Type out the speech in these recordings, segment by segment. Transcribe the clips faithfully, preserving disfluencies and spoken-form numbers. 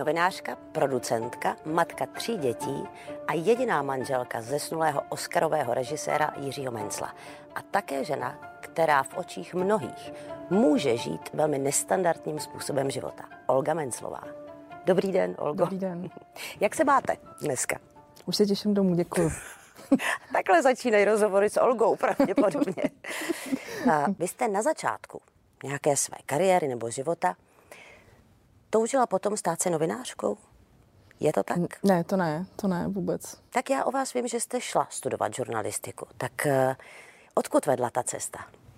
novinářka, producentka, matka tří dětí a jediná manželka zesnulého oscarového režiséra Jiřího Mencla. A také žena, která v očích mnohých může žít velmi nestandardním způsobem života. Olga Menclová. Dobrý den, Olgo. Dobrý den. Jak se máte dneska? Už se těším domů, děkuji. Takhle začínají rozhovory s Olgou pravděpodobně. Vy jste na začátku nějaké své kariéry nebo života toužila potom stát se novinářkou? Je to tak? Ne, to ne, to ne vůbec. Tak já o vás vím, že jste šla studovat žurnalistiku. Tak uh, odkud vedla ta cesta?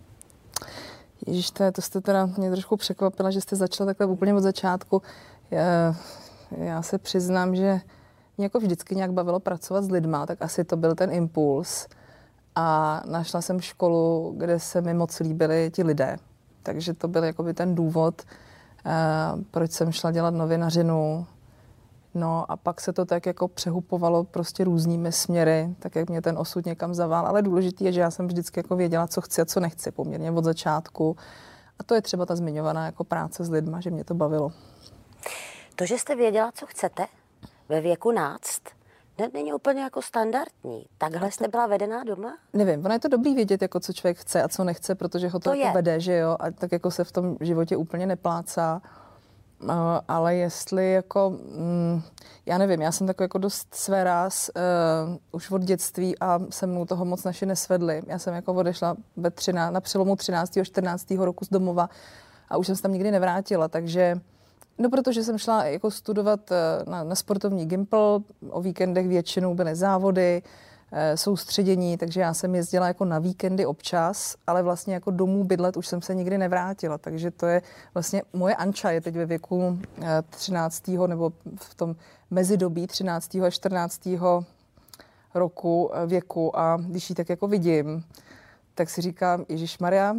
Ježiš, to, to jste teda mě trošku překvapila, že jste začala takhle úplně od začátku. Já, já se přiznám, že mě jako vždycky nějak bavilo pracovat s lidma, tak asi to byl ten impuls. A našla jsem školu, kde se mi moc líbili ti lidé. Takže to byl jakoby ten důvod, Uh, proč jsem šla dělat novinařinu. No a pak se to tak jako přehupovalo prostě různými směry, tak jak mě ten osud někam zavál. Ale důležité je, že já jsem vždycky jako věděla, co chci a co nechci poměrně od začátku. A to je třeba ta zmiňovaná jako práce s lidma, že mě to bavilo. To, že jste věděla, co chcete ve věku náct, není úplně jako standardní. Takhle jste byla vedená doma? Nevím, ono je to dobrý vědět, jako co člověk chce a co nechce, protože ho to, to jako vede, že jo, a tak jako se v tom životě úplně neplácá. Uh, ale jestli jako, mm, já nevím, já jsem takový jako dost své ráz uh, už od dětství a se mnou toho moc naši nesvedli. Já jsem jako odešla ve třináct, na přelomu třináctého a čtrnáctého roku z domova a už jsem se tam nikdy nevrátila, takže no, protože jsem šla jako studovat na, na sportovní gympl, o víkendech většinou byly závody, e, soustředění, takže já jsem jezdila jako na víkendy občas, ale vlastně jako domů bydlet už jsem se nikdy nevrátila, takže to je vlastně, moje Anča je teď ve věku e, třináctého nebo v tom mezidobí třináctého a čtrnáctého roku e, věku a když ji tak jako vidím, tak si říkám, ježišmarja,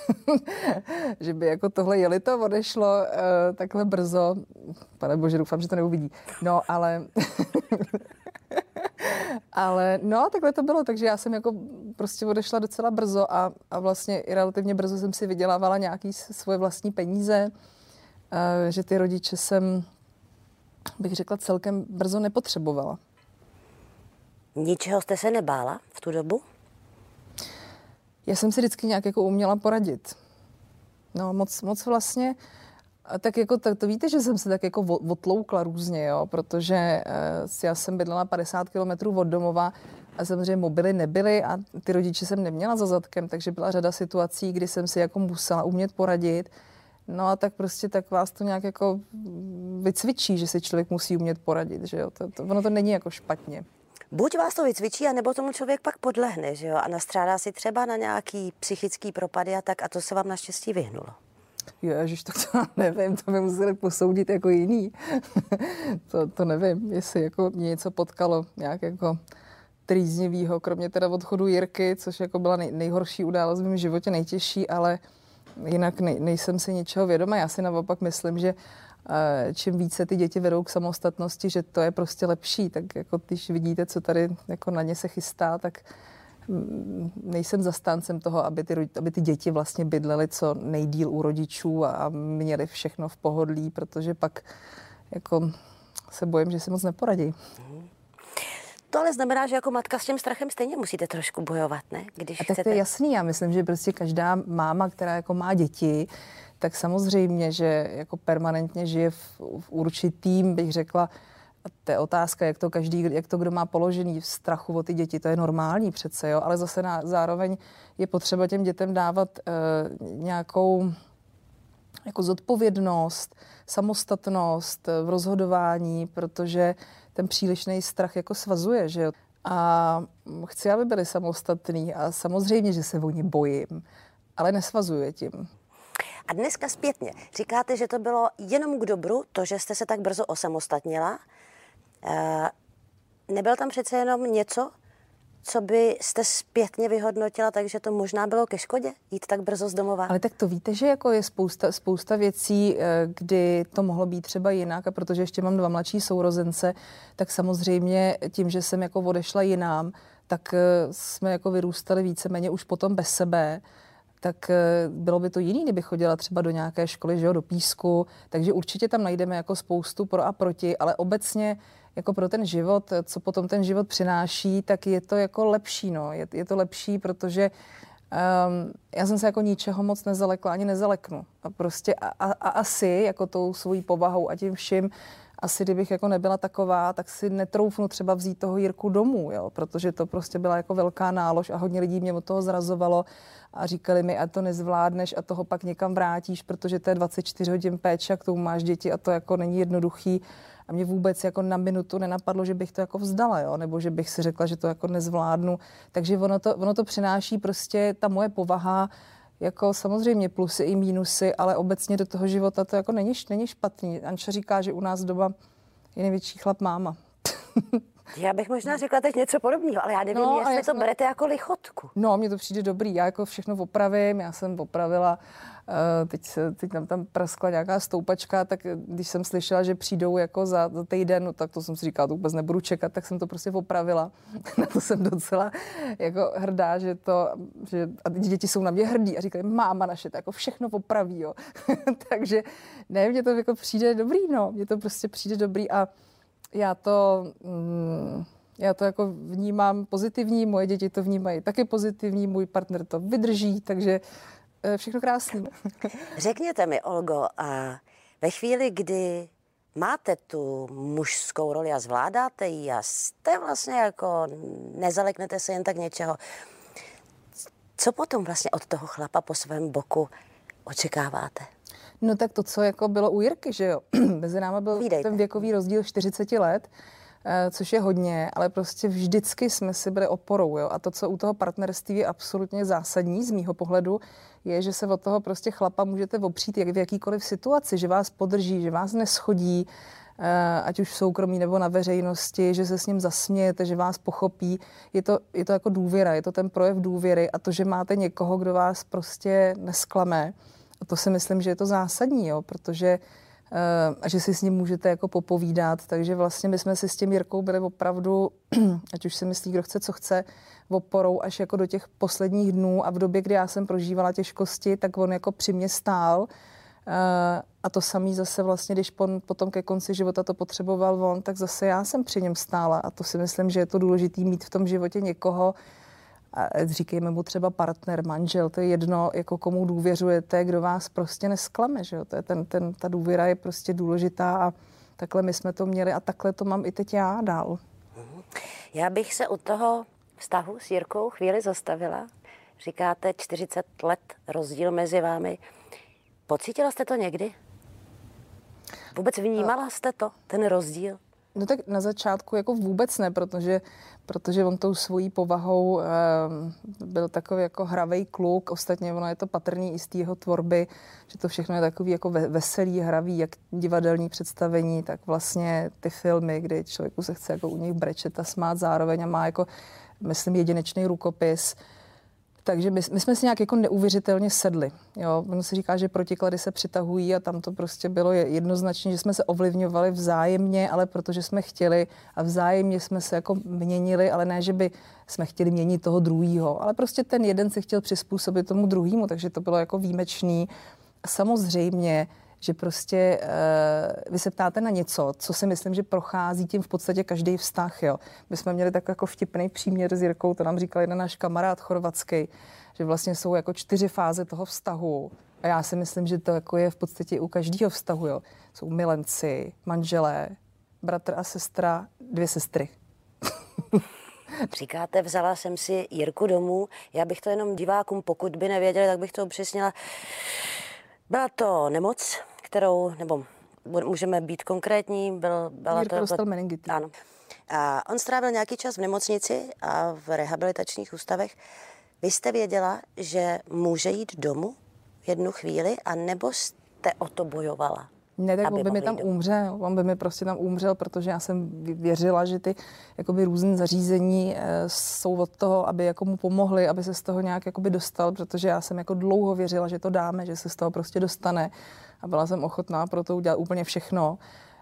že by jako tohle jelito odešlo uh, takhle brzo. Pane bože, doufám, že to neuvidí. No, ale... ale no, takhle to bylo, takže já jsem jako prostě odešla docela brzo a, a vlastně i relativně brzo jsem si vydělávala nějaký svoje vlastní peníze, uh, že ty rodiče jsem, bych řekla, celkem brzo nepotřebovala. Ničeho jste se nebála v tu dobu? Já jsem si vždycky nějak jako uměla poradit. No moc, moc vlastně, tak jako tak to víte, že jsem se tak jako otloukla různě, jo, protože uh, já jsem bydlela padesát kilometrů od domova a samozřejmě mobily nebyly a ty rodiče jsem neměla za zadkem, takže byla řada situací, kdy jsem si jako musela umět poradit. No a tak prostě tak vás to nějak jako vycvičí, že si člověk musí umět poradit, že jo, to, to, ono to není jako špatně. Buď vás to vycvičí, anebo tomu člověk pak podlehne, že jo, a nastřádá si třeba na nějaký psychický propady a tak a to se vám naštěstí vyhnulo. Ježiš, tak to nevím, to by museli posoudit jako jiný. to, to nevím, jestli jako mě něco potkalo nějak jako trýznivýho, kromě teda odchodu Jirky, což jako byla nej, nejhorší událost v mém životě, nejtěžší, ale jinak nej, nejsem si ničeho vědoma. Já si naopak myslím, že čím více ty děti vedou k samostatnosti, že to je prostě lepší. Tak jako když vidíte, co tady jako na ně se chystá, tak nejsem zastáncem toho, aby ty, aby ty děti vlastně bydlely co nejdýl u rodičů a, a měli všechno v pohodlí, protože pak jako se bojím, že si moc neporadí. To ale znamená, že jako matka s tím strachem stejně musíte trošku bojovat, ne? Když a tak chcete... to je jasný, já myslím, že prostě každá máma, která jako má děti, tak samozřejmě, že jako permanentně žije v, v určitým, bych řekla, a to je otázka, jak to každý, jak to kdo má položený v strachu o ty děti, to je normální přece, jo, ale zase na, zároveň je potřeba těm dětem dávat uh, nějakou jako zodpovědnost, samostatnost v rozhodování, protože ten přílišný strach jako svazuje, že jo. A chci, aby byli samostatní a samozřejmě, že se o ně bojím, ale nesvazuje tím. A dneska zpětně říkáte, že to bylo jenom k dobru, to, že jste se tak brzo osamostatnila. E, nebyl tam přece jenom něco, co byste zpětně vyhodnotila, takže to možná bylo ke škodě jít tak brzo z domova? Ale tak to víte, že jako je spousta, spousta věcí, kdy to mohlo být třeba jinak, a protože ještě mám dva mladší sourozence, tak samozřejmě tím, že jsem jako odešla jinam, tak jsme jako vyrůstali víceméně už potom bez sebe. tak bylo by to jiný, kdyby chodila třeba do nějaké školy, že jo, do Písku, takže určitě tam najdeme jako spoustu pro a proti, ale obecně jako pro ten život, co potom ten život přináší, tak je to jako lepší, no, je, je to lepší, protože um, já jsem se jako ničeho moc nezalekla, ani nezaleknu a prostě a, a, a asi jako tou svojí povahou a tím vším, asi kdybych jako nebyla taková, tak si netroufnu třeba vzít toho Jirku domů, jo, protože to prostě byla jako velká nálož a hodně lidí mě od toho zrazovalo a říkali mi, a to nezvládneš a toho pak někam vrátíš, protože to je dvacet čtyři hodin péče a k tomu máš děti a to jako není jednoduchý. A mě vůbec jako na minutu nenapadlo, že bych to jako vzdala, jo, nebo že bych si řekla, že to jako nezvládnu. Takže ono to, ono to přináší prostě ta moje povaha, jako samozřejmě plusy i mínusy, ale obecně do toho života to jako není, není špatný. Anča říká, že u nás doma je největší chlap máma. Já bych možná řekla teď něco podobného, ale já nevím, no, jestli to berete jako lichotku. No, mně to přijde dobrý. Já jako všechno opravím, já jsem opravila, uh, teď, teď tam tam praskla nějaká stoupačka, tak když jsem slyšela, že přijdou jako za, za týden, no, tak to jsem si říkala, to vůbec nebudu čekat, tak jsem to prostě opravila. Na to jsem docela jako hrdá, že to, že a děti jsou na mě hrdí a říkají, máma naše, to jako všechno opraví, jo. Takže ne, mně to jako přijde dobrý, no, mně to prostě přijde dobrý a já to, mm, já to jako vnímám pozitivní, moje děti to vnímají taky pozitivní, můj partner to vydrží, takže všechno krásný. Řekněte mi, Olgo, a ve chvíli, kdy máte tu mužskou roli a zvládáte ji a jste vlastně jako, nezaleknete se jen tak něčeho, co potom vlastně od toho chlapa po svém boku očekáváte? No tak to, co jako bylo u Jirky, že jo. Mezi náma byl Vídejte. ten věkový rozdíl čtyřicet let, což je hodně, ale prostě vždycky jsme si byli oporou, jo. A to, co u toho partnerství je absolutně zásadní z mýho pohledu, je, že se od toho prostě chlapa můžete opřít jak v jakýkoliv situaci, že vás podrží, že vás neschodí, ať už v soukromí nebo na veřejnosti, že se s ním zasmějete, že vás pochopí. Je to, je to jako důvěra, je to ten projev důvěry a to, že máte někoho, kdo vás prostě nesklame. A to si myslím, že je to zásadní, jo, protože a že si s ním můžete jako popovídat, takže vlastně my jsme si s tím Jirkou byli opravdu, ať už si myslí, kdo chce, co chce, oporou až jako do těch posledních dnů a v době, kdy já jsem prožívala těžkosti, tak on jako při mě stál a to samý zase vlastně, když on potom ke konci života to potřeboval on, tak zase já jsem při něm stála a to si myslím, že je to důležité mít v tom životě někoho, a říkejme mu třeba partner, manžel, to je jedno, jako komu důvěřujete, kdo vás prostě nesklame, že jo? To je ten, ten, ta důvěra je prostě důležitá a takhle my jsme to měli a takhle to mám i teď já dál. Já bych se u toho vztahu s Jirkou chvíli zastavila. Říkáte čtyřicet let rozdíl mezi vámi. Pocítila jste to někdy? Vůbec vnímala jste to, ten rozdíl? No tak na začátku jako vůbec ne, protože, protože on tou svojí povahou eh, byl takový jako hravej kluk. Ostatně ono je to patrný i z té jeho tvorby, že to všechno je takový jako veselý, hravý, jak divadelní představení, tak vlastně ty filmy, kdy člověku se chce jako u nich brečet a smát zároveň a má jako, myslím, jedinečný rukopis. Takže my, my jsme si nějak jako neuvěřitelně sedli. Jo? Ono se říká, že protiklady se přitahují a tam to prostě bylo jednoznačně, že jsme se ovlivňovali vzájemně, ale protože jsme chtěli a vzájemně jsme se jako měnili, ale ne, že by jsme chtěli měnit toho druhýho, ale prostě ten jeden se chtěl přizpůsobit tomu druhému, takže to bylo jako výjimečný. A samozřejmě, že prostě uh, vy se ptáte na něco, co si myslím, že prochází tím v podstatě každý vztah, jo. My jsme měli tak jako vtipný příměr s Jirkou, to nám říkal jeden náš kamarád chorvatský, že vlastně jsou jako čtyři fáze toho vztahu. A já si myslím, že to jako je v podstatě u každého vztahu, jo. Jsou milenci, manželé, bratr a sestra, dvě sestry. Říkáte, vzala jsem si Jirku domů, já bych to jenom divákům, pokud by nevěděli, tak bych to upřesnila. Byla to nemoc, kterou, nebo můžeme být konkrétní, byl, byla Jirka to... dostal meningitis. Ano. A on strávil nějaký čas v nemocnici a v rehabilitačních ústavech. Vy jste věděla, že může jít domů v jednu chvíli, a nebo jste o to bojovala? Ne, tak on by mi tam umřel, on by mi prostě tam umřel, protože já jsem věřila, že ty jakoby různé zařízení e, jsou od toho, aby jako mu pomohli, aby se z toho nějak jakoby dostal, protože já jsem jako dlouho věřila, že to dáme, že se z toho prostě dostane a byla jsem ochotná pro to udělat úplně všechno.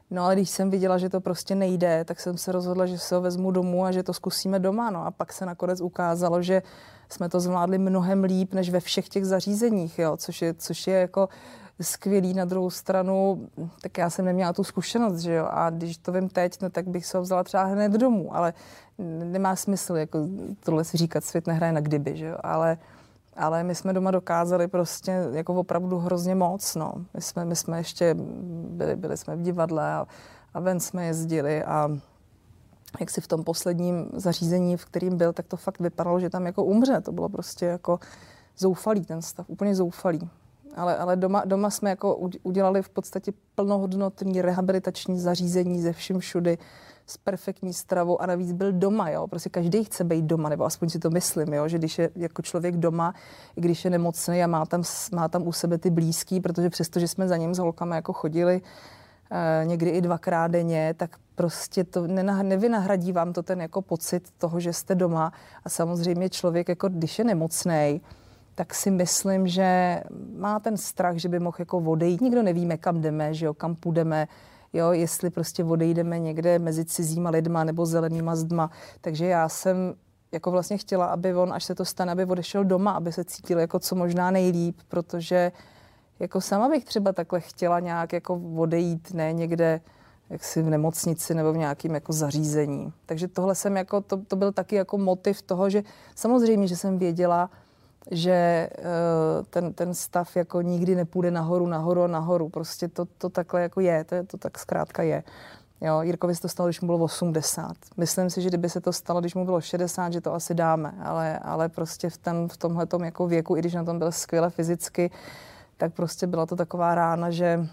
No ale když jsem viděla, že to prostě nejde, tak jsem se rozhodla, že se ho vezmu domů a že to zkusíme doma. No a pak se nakonec ukázalo, že jsme to zvládli mnohem líp než ve všech těch zařízeních, jo, což je, což je jako skvělý. Na druhou stranu, tak já jsem neměla tu zkušenost, že jo, a když to vím teď, no, tak bych se ho vzala třeba hned domů, ale nemá smysl jako tohle si říkat, svět nehraje na kdyby, že jo, ale Ale my jsme doma dokázali prostě jako opravdu hrozně moc, no. My jsme, my jsme ještě byli, byli jsme v divadle a, a ven jsme jezdili a jak si v tom posledním zařízení, v kterým byl, tak to fakt vypadalo, že tam jako umře. To bylo prostě jako zoufalý ten stav, úplně zoufalý. Ale, ale doma, doma jsme jako udělali v podstatě plnohodnotný rehabilitační zařízení ze vším všudy, s perfektní stravou a navíc byl doma, jo. Prostě každý chce být doma, nebo aspoň si to myslím, jo, že když je jako člověk doma, i když je nemocný a má tam, má tam u sebe ty blízký, protože přesto, že jsme za ním s holkama jako chodili eh, někdy i dvakrát denně, tak prostě to nenah, nevynahradí vám to ten jako pocit toho, že jste doma a samozřejmě člověk jako když je nemocnej, tak si myslím, že má ten strach, že by mohl jako odejít. Nikdo nevíme, kam jdeme, že jo, kam půjdeme, jo, jestli prostě odejdeme někde mezi cizíma lidma nebo zelenýma zdma. Takže já jsem jako vlastně chtěla, aby on, až se to stane, aby odešel doma, aby se cítil jako co možná nejlíp, protože jako sama bych třeba takhle chtěla nějak jako odejít, ne někde jaksi v nemocnici nebo v nějakým jako zařízení. Takže tohle jsem jako, to, to byl taky jako motiv toho, že samozřejmě, že jsem věděla, že uh, ten, ten stav jako nikdy nepůjde nahoru, nahoru a nahoru. Prostě to, to takhle jako je, to, to tak zkrátka je. Jo, Jirkovi se to stalo, když mu bylo osmdesát. Myslím si, že kdyby se to stalo, když mu bylo šedesát, že to asi dáme, ale, ale prostě v, ten, v tomhletom jako věku, i když na tom byl skvěle fyzicky, tak prostě byla to taková rána, že,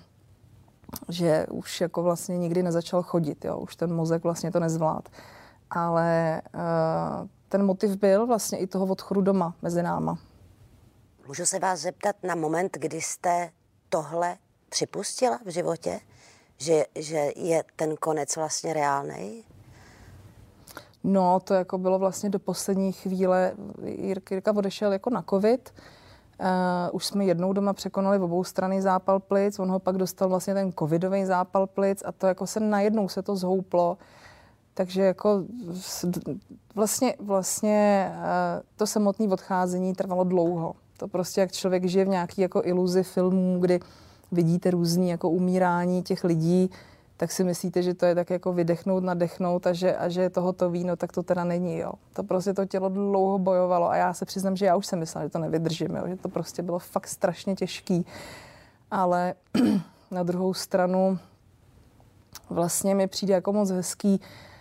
že už jako vlastně nikdy nezačal chodit, jo, už ten mozek vlastně to nezvlád. Ale uh, ten motiv byl vlastně i toho odchodu doma mezi náma. Můžu se vás zeptat na moment, kdy jste tohle připustila v životě? Že, že je ten konec vlastně reálnej? No, to jako bylo vlastně do poslední chvíle. Jirka odešel jako na covid. Uh, už jsme jednou doma překonali oboustranný zápal plic. On ho pak dostal vlastně ten covidový zápal plic a to jako se najednou se to zhouplo. Takže jako vlastně, vlastně to samotné odcházení trvalo dlouho. To prostě jak člověk žije v nějaký jako iluzi filmů, kdy vidíte různý jako umírání těch lidí, tak si myslíte, že to je tak jako vydechnout, nadechnout a že, a že je to hotový, no tak to teda není, jo. To prostě to tělo dlouho bojovalo a já se přiznám, že já už jsem myslela, že to nevydržím, jo, že to prostě bylo fakt strašně těžký. Ale na druhou stranu vlastně mi přijde jako moc hezký,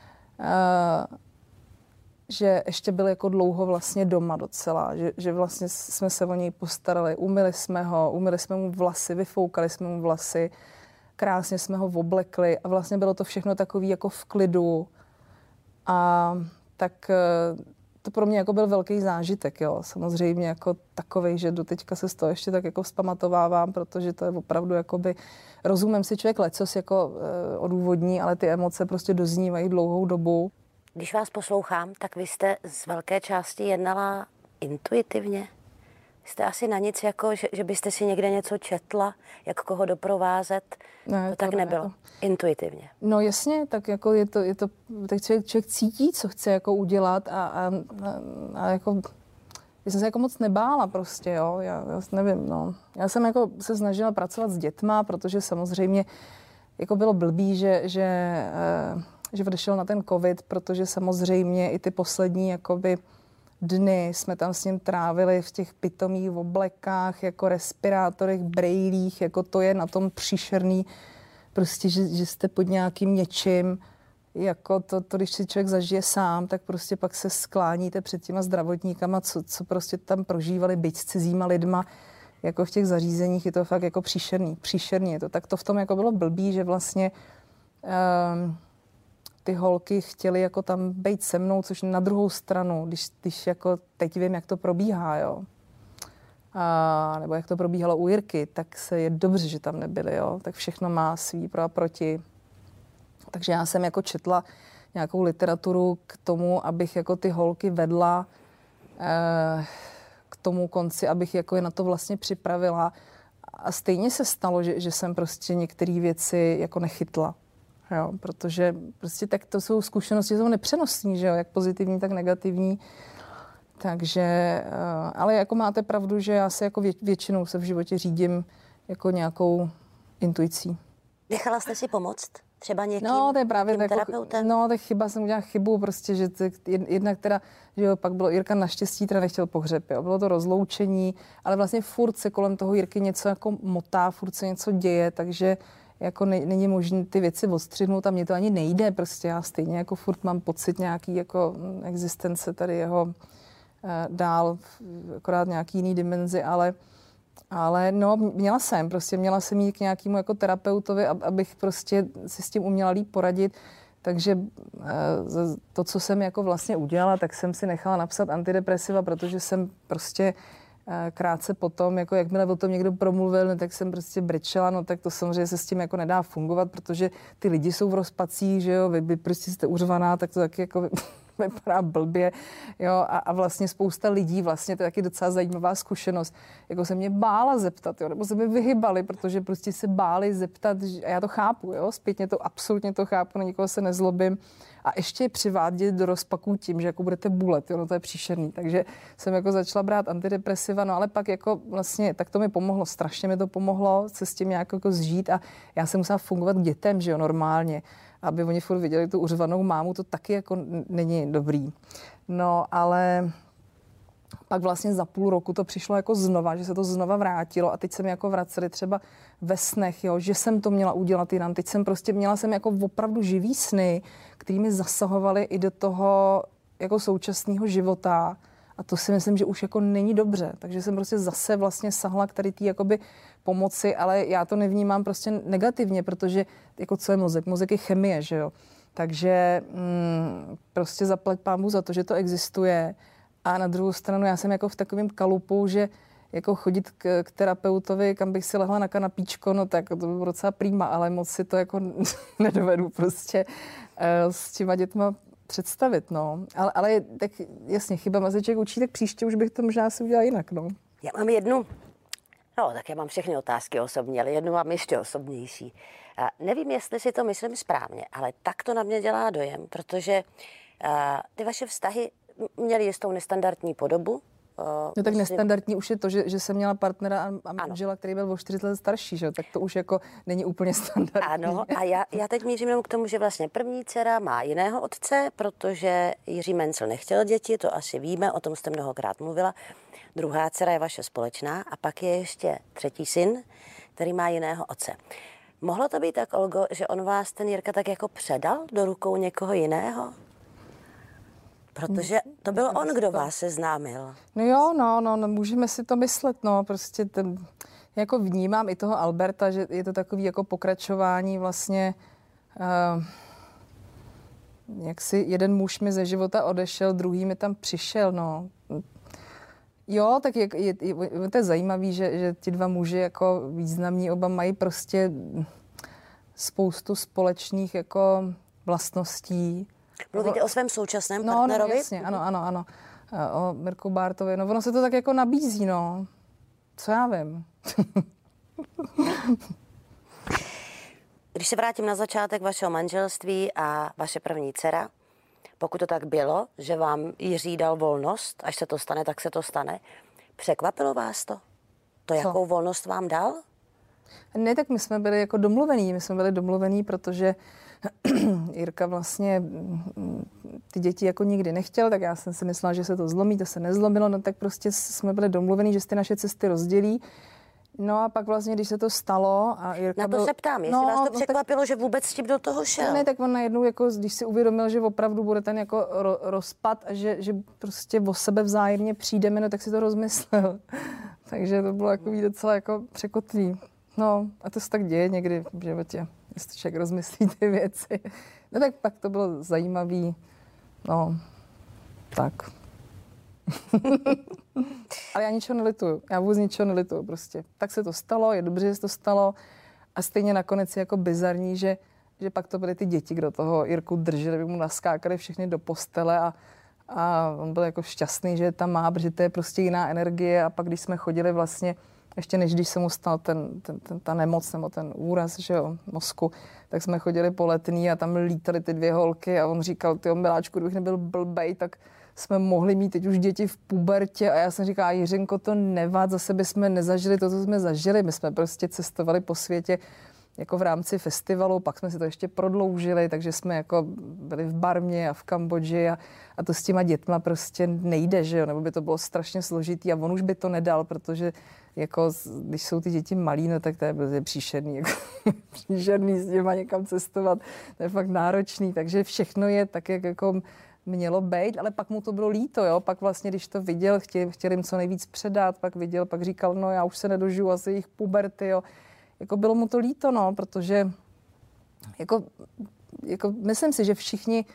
Uh, že ještě byl jako dlouho vlastně doma docela, že, že vlastně jsme se o něj postarali, umyli jsme ho, umyli jsme mu vlasy, vyfoukali jsme mu vlasy, krásně jsme ho oblekli a vlastně bylo to všechno takový jako v klidu a tak uh, to pro mě jako byl velký zážitek, jo, samozřejmě jako takovej, že doteďka se z toho ještě tak jako vzpamatovávám, protože to je opravdu jakoby, rozumím si člověk lecos jako uh, odůvodní, ale ty emoce prostě doznívají dlouhou dobu. Když vás poslouchám, tak vy jste z velké části jednala intuitivně. Jste asi na nic, jako, že, že byste si někde něco četla, jak koho doprovázet. Ne, to, to tak ne, nebylo. Jako... Intuitivně. No jasně, tak jako je to, je to tak člověk, člověk cítí, co chce jako udělat a, a, a, a jako... Já jsem se jako moc nebála prostě, jo, já, já nevím, no. Já jsem jako se snažila pracovat s dětma, protože samozřejmě jako bylo blbý, že, že, eh, že odešel na ten covid, protože samozřejmě i ty poslední jakoby dny jsme tam s ním trávili v těch pitomých oblekách, jako respirátorech, brejlích, jako to je na tom příšerný, prostě, že, že jste pod nějakým něčím, jako to, to, když si člověk zažije sám, tak prostě pak se skláníte před těma zdravotníkama, co, co prostě tam prožívali, byť s cizíma lidma, jako v těch zařízeních, je to fakt jako příšerný, příšerný je to. Tak to v tom jako bylo blbý, že vlastně um, ty holky chtěly jako tam být se mnou, což na druhou stranu, když, když jako teď vím, jak to probíhá, jo, a, nebo jak to probíhalo u Jirky, tak se je dobře, že tam nebyly, jo, tak všechno má svý pro a proti. Takže já jsem jako četla nějakou literaturu k tomu, abych jako ty holky vedla eh, k tomu konci, abych jako je na to vlastně připravila. A stejně se stalo, že, že jsem prostě některé věci jako nechytla. jo, protože prostě tak to jsou zkušenosti, jsou nepřenosní, že jo, jak pozitivní, tak negativní. Takže, ale jako máte pravdu, že já se jako vě, většinou se v životě řídím jako nějakou intuicí. Nechala jste si pomoct? Třeba někým, no, to je právě tím jako, terapeutem? No, tak chyba, jsem udělala chybu, prostě, že jedna, která, že jo, pak bylo Jirka naštěstí, teda nechtěl pohřeb, jo, bylo to rozloučení, ale vlastně furt se kolem toho Jirky něco jako motá, furt se něco děje, takže jako ne, není možné ty věci odstřihnout a mně to ani nejde, prostě já stejně jako furt mám pocit nějaký jako existence tady jeho eh, dál, akorát nějaký jiný dimenzi, ale Ale no, měla jsem, prostě měla jsem jít k nějakému jako terapeutovi, abych prostě si s tím uměla líp poradit. Takže to, co jsem jako vlastně udělala, tak jsem si nechala napsat antidepresiva, protože jsem prostě krátce potom, jako jakmile o tom někdo promluvil, no, tak jsem prostě brečela, no tak to samozřejmě se s tím jako nedá fungovat, protože ty lidi jsou v rozpacích, že jo, vy, vy prostě jste uřvaná, tak to taky jako vypadá blbě, jo, a, a vlastně spousta lidí, vlastně to je taky docela zajímavá zkušenost, jako se mě bála zeptat, jo, nebo se mi vyhybali, protože prostě se báli zeptat, a já to chápu, jo, zpětně to absolutně to chápu, na nikoho se nezlobím, a ještě přivádět do rozpaků tím, že jako budete bulet, jo, no to je příšerný, takže jsem jako začala brát antidepresiva, no ale pak jako vlastně, tak to mi pomohlo, strašně mi to pomohlo se s tím nějak jako zžít a já jsem musela fungovat k dětem, že jo, normálně, aby oni furt viděli tu uřvanou mámu, to taky jako není dobrý. No, ale pak vlastně za půl roku to přišlo jako znova, že se to znova vrátilo a teď se mi jako vraceli třeba ve snech, jo, že jsem to měla udělat jinam. Teď jsem prostě, měla jsem jako opravdu živý sny, který mi zasahovaly i do toho jako současného života. A to si myslím, že už jako není dobře. Takže jsem prostě zase vlastně sahla k tady tý jakoby pomoci, ale já to nevnímám prostě negativně, protože jako co je mozek? Mozek je chemie, že jo? Takže mm, prostě zaplať pánbůh za to, že to existuje. A na druhou stranu já jsem jako v takovém kalupu, že jako chodit k, k terapeutovi, kam bych si lehla na kanapíčko, no tak to by bylo docela prýma, ale moc si to jako nedovedu prostě uh, s těma dětma představit, no. Ale, ale tak jasně, chyba mazeček učí, tak příště už bych to možná si udělala jinak, no. Já mám jednu, no tak já mám všechny otázky osobní, ale jednu mám ještě osobnější. A nevím, jestli si to myslím správně, ale tak to na mě dělá dojem, protože uh, ty vaše vztahy měly jistou nestandardní podobu. Uh, no tak nestandardní už je to, že, že jsem měla partnera a manžela, který byl o čtyřicet let starší, že? Tak to už jako není úplně standardní. Ano, a já, já teď mířím jenom k tomu, že vlastně první dcera má jiného otce, protože Jiří Mencl nechtěl děti, to asi víme, o tom jste mnohokrát mluvila. Druhá dcera je vaše společná a pak je ještě třetí syn, který má jiného otce. Mohlo to být tak, Olgo, že on vás, ten Jirka, tak jako předal do rukou někoho jiného? Protože to byl on, kdo vás seznámil. No jo, no, no, no, můžeme si to myslet, no, prostě ten, jako vnímám i toho Alberta, že je to takový jako pokračování vlastně, uh, jak si jeden muž mi ze života odešel, druhý mi tam přišel, no. Jo, tak je, je, je, to je zajímavý, že, že ti dva muži jako významní oba mají prostě spoustu společných jako vlastností. Mluvíte o svém současném no, partnerovi? No, jasně, ano, ano, ano. O Mirku Bártovi. No, ono se to tak jako nabízí, no. Co já vím. Když se vrátím na začátek vašeho manželství a vaše první dcera, pokud to tak bylo, že vám Jiří dal volnost, až se to stane, tak se to stane, překvapilo vás to? To, jakou Co? volnost vám dal? Ne, tak my jsme byli jako domluvení. My jsme byli domluvení, protože Jirka vlastně ty děti jako nikdy nechtěl, tak já jsem si myslela, že se to zlomí, to se nezlomilo, no tak prostě jsme byli domluvení, že se ty naše cesty rozdělí. No a pak vlastně, když se to stalo a Jirka Na to byl, se ptám, jestli no, vás to no, překvapilo, tak, že vůbec s tím do toho šel. Ne, tak on najednou, jako, když si uvědomil, že opravdu bude ten jako ro, rozpad a že, že prostě o sebe vzájemně přijdeme, no tak si to rozmyslel. Takže to bylo jako docela jako překotný. No a to se tak děje někdy v životě, jestli člověk rozmyslí ty věci. No tak pak to bylo zajímavý, no tak. Ale já ničeho nelituju, já vůbec ničeho nelituju prostě. Tak se to stalo, je dobře, že se to stalo a stejně nakonec je jako bizarní, že, že pak to byly ty děti, kdo toho Jirku drželi, by mu naskákali všechny do postele a, a on byl jako šťastný, že tam má, protože to je prostě jiná energie a pak když jsme chodili vlastně ještě než když se mu stal ten, ten, ten, ta nemoc nebo ten úraz, že jo, mozku, tak jsme chodili po Letný a tam lítaly ty dvě holky a on říkal, tyjo, miláčku, kdybych nebyl blbej, tak jsme mohli mít teď už děti v pubertě a já jsem říkala, Jiřinko, to nevad, zase bychom nezažili to, co jsme zažili. My jsme prostě cestovali po světě jako v rámci festivalu, pak jsme si to ještě prodloužili, takže jsme jako byli v Barmě a v Kambodži a, a to s těma dětma prostě nejde, že jo, nebo by to bylo strašně složitý a on už by to nedal, protože jako když jsou ty děti malí, no tak to je prostě příšerný, jako příšerný s těma někam cestovat, to je fakt náročný, takže všechno je tak, jak jako mělo být, ale pak mu to bylo líto, jo, pak vlastně, když to viděl, chtěl, chtěl jim co nejvíc předat, pak viděl, pak říkal, no já už se nedožiju asi jejich puberty, jo, jako bylo mu to líto, no, protože jako, jako myslím si, že všichni,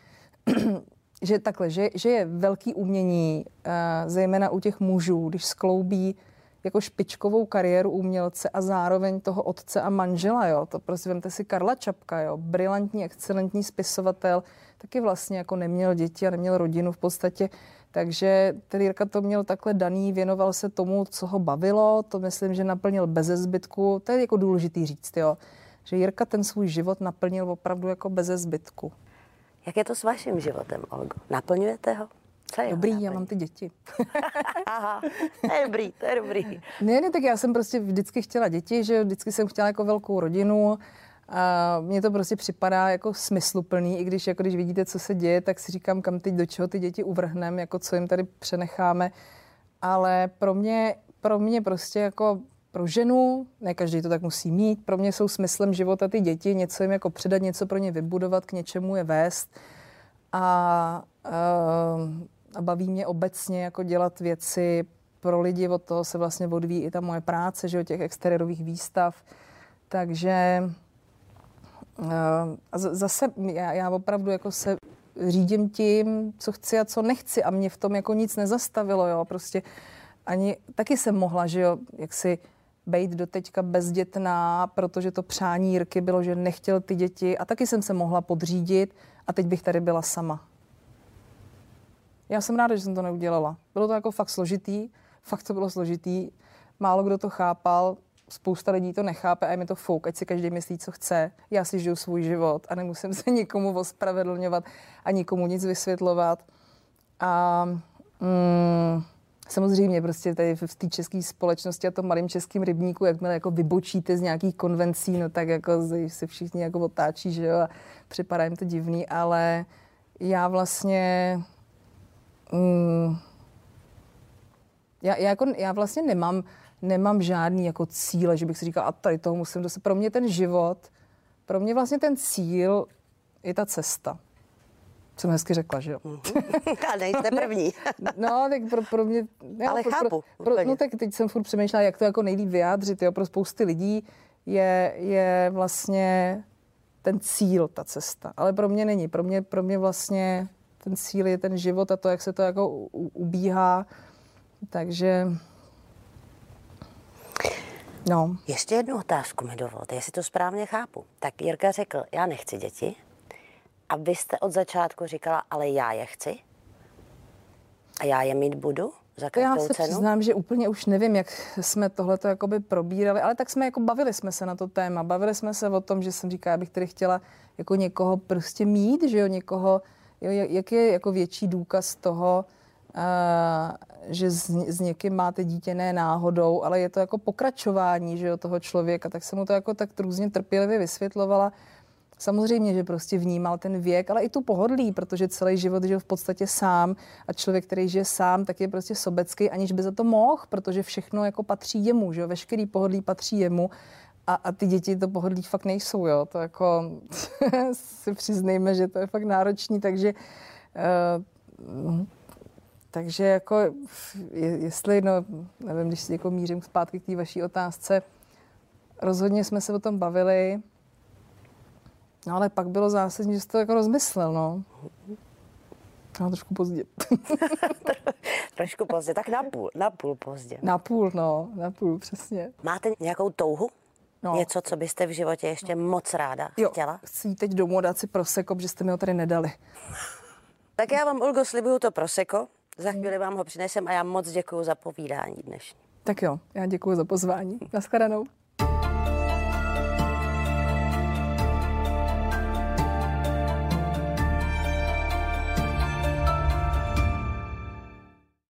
že takhle, že, že je velký umění, uh, zejména u těch mužů, když skloubí jako špičkovou kariéru umělce a zároveň toho otce a manžela, jo, to prostě vemte si Karla Čapka, jo, brilantní, excelentní spisovatel, taky vlastně jako neměl děti a neměl rodinu v podstatě, takže ten Jirka to měl takhle daný, věnoval se tomu, co ho bavilo, to myslím, že naplnil beze zbytku, to je jako důležitý říct, jo, že Jirka ten svůj život naplnil opravdu jako beze zbytku. Jak je to s vaším životem, Olgo? Naplňujete ho? Co je dobrý, já mám ty děti. Aha, to je dobrý, to je dobrý. Ne, ne, tak já jsem prostě vždycky chtěla děti, že vždycky jsem chtěla jako velkou rodinu. A mně to prostě připadá jako smysluplný, i když, jako když vidíte, co se děje, tak si říkám, kam teď, do čeho ty děti uvrhneme, jako co jim tady přenecháme. Ale pro mě, pro mě prostě jako pro ženu, ne každý to tak musí mít, pro mě jsou smyslem života ty děti, něco jim jako předat, něco pro ně vybudovat, k něčemu je vést. A, a baví mě obecně jako dělat věci pro lidi, od toho se vlastně odvíjí i ta moje práce, že o těch exteriérových výstav. Takže a zase já, já opravdu jako se řídím tím, co chci a co nechci a mě v tom jako nic nezastavilo, jo, prostě ani taky jsem mohla, že jo, jak si bejt doteďka bezdětná, protože to přání Jirky bylo, že nechtěl ty děti a taky jsem se mohla podřídit a teď bych tady byla sama. Já jsem ráda, že jsem to neudělala. Bylo to jako fakt složitý, fakt to bylo složitý, málo kdo to chápal, spousta lidí to nechápe a je mi to fouk, ať si každý myslí, co chce. Já si žiju svůj život a nemusím se nikomu ospravedlňovat a nikomu nic vysvětlovat. A mm, samozřejmě prostě tady v té české společnosti a tom malým českým rybníku, jakmile jako vybočíte z nějakých konvencí, no tak jako se všichni jako otáčí, že jo, a připadá jim to divný, ale já vlastně mm, já, já, jako, já vlastně nemám nemám žádný jako cíle, že bych si říkala, a tady toho musím dosáhnout. Pro mě ten život, pro mě vlastně ten cíl je ta cesta. Jsem hezky řekla, že jo? A nejste první. No, tak pro, pro mě... Jo, ale pro, chápu. Pro, pro, no tak teď jsem furt přemýšlela, jak to jako nejlíp vyjádřit. Jo? Pro spousty lidí je, je vlastně ten cíl, ta cesta. Ale pro mě není. Pro mě, pro mě vlastně ten cíl je ten život a to, jak se to jako u, ubíhá. Takže... No. Ještě jednu otázku mi dovolte, jestli to správně chápu. Tak Jirka řekl, já nechci děti. A vy jste od začátku říkala, ale já je chci. A já je mít budu za každou cenu. Já se cenu? přiznám, že úplně už nevím, jak jsme tohleto jakoby probírali, ale tak jsme jako bavili jsme se na to téma. Bavili jsme se o tom, že jsem říkala, já bych tedy chtěla jako někoho prostě mít, že jo, někoho, jo, jak je jako větší důkaz toho, Uh, že s, s někým máte dítě ne náhodou, ale je to jako pokračování, že jo, toho člověka, tak jsem mu to jako tak různě trpělivě vysvětlovala. Samozřejmě, že prostě vnímal ten věk, ale i tu pohodlí, protože celý život žil v podstatě sám a člověk, který žije sám, tak je prostě sobecký, aniž by za to mohl, protože všechno jako patří jemu, že jo, veškerý pohodlí patří jemu a, a ty děti to pohodlí fakt nejsou, jo, to jako si přiznejme, že to je fakt náročný, takže uh, Takže jako, jestli, no, nevím, když si jako mířím zpátky k té vaší otázce, rozhodně jsme se o tom bavili, no ale pak bylo zásadní, že jsi to jako rozmyslel, no. No, trošku pozdě. Trošku pozdě, tak napůl, napůl pozdě. Napůl, no, napůl, přesně. Máte nějakou touhu? No. Něco, co byste v životě ještě no. moc ráda jo, chtěla? Chci jít teď domů dát si prosecco, protože jste mi ho tady nedali. Tak já vám, Olgo, slibuju to prosecco. Za chvíli vám ho přinesem a já moc děkuju za povídání dnešní. Tak jo, já děkuji za pozvání. Naschledanou.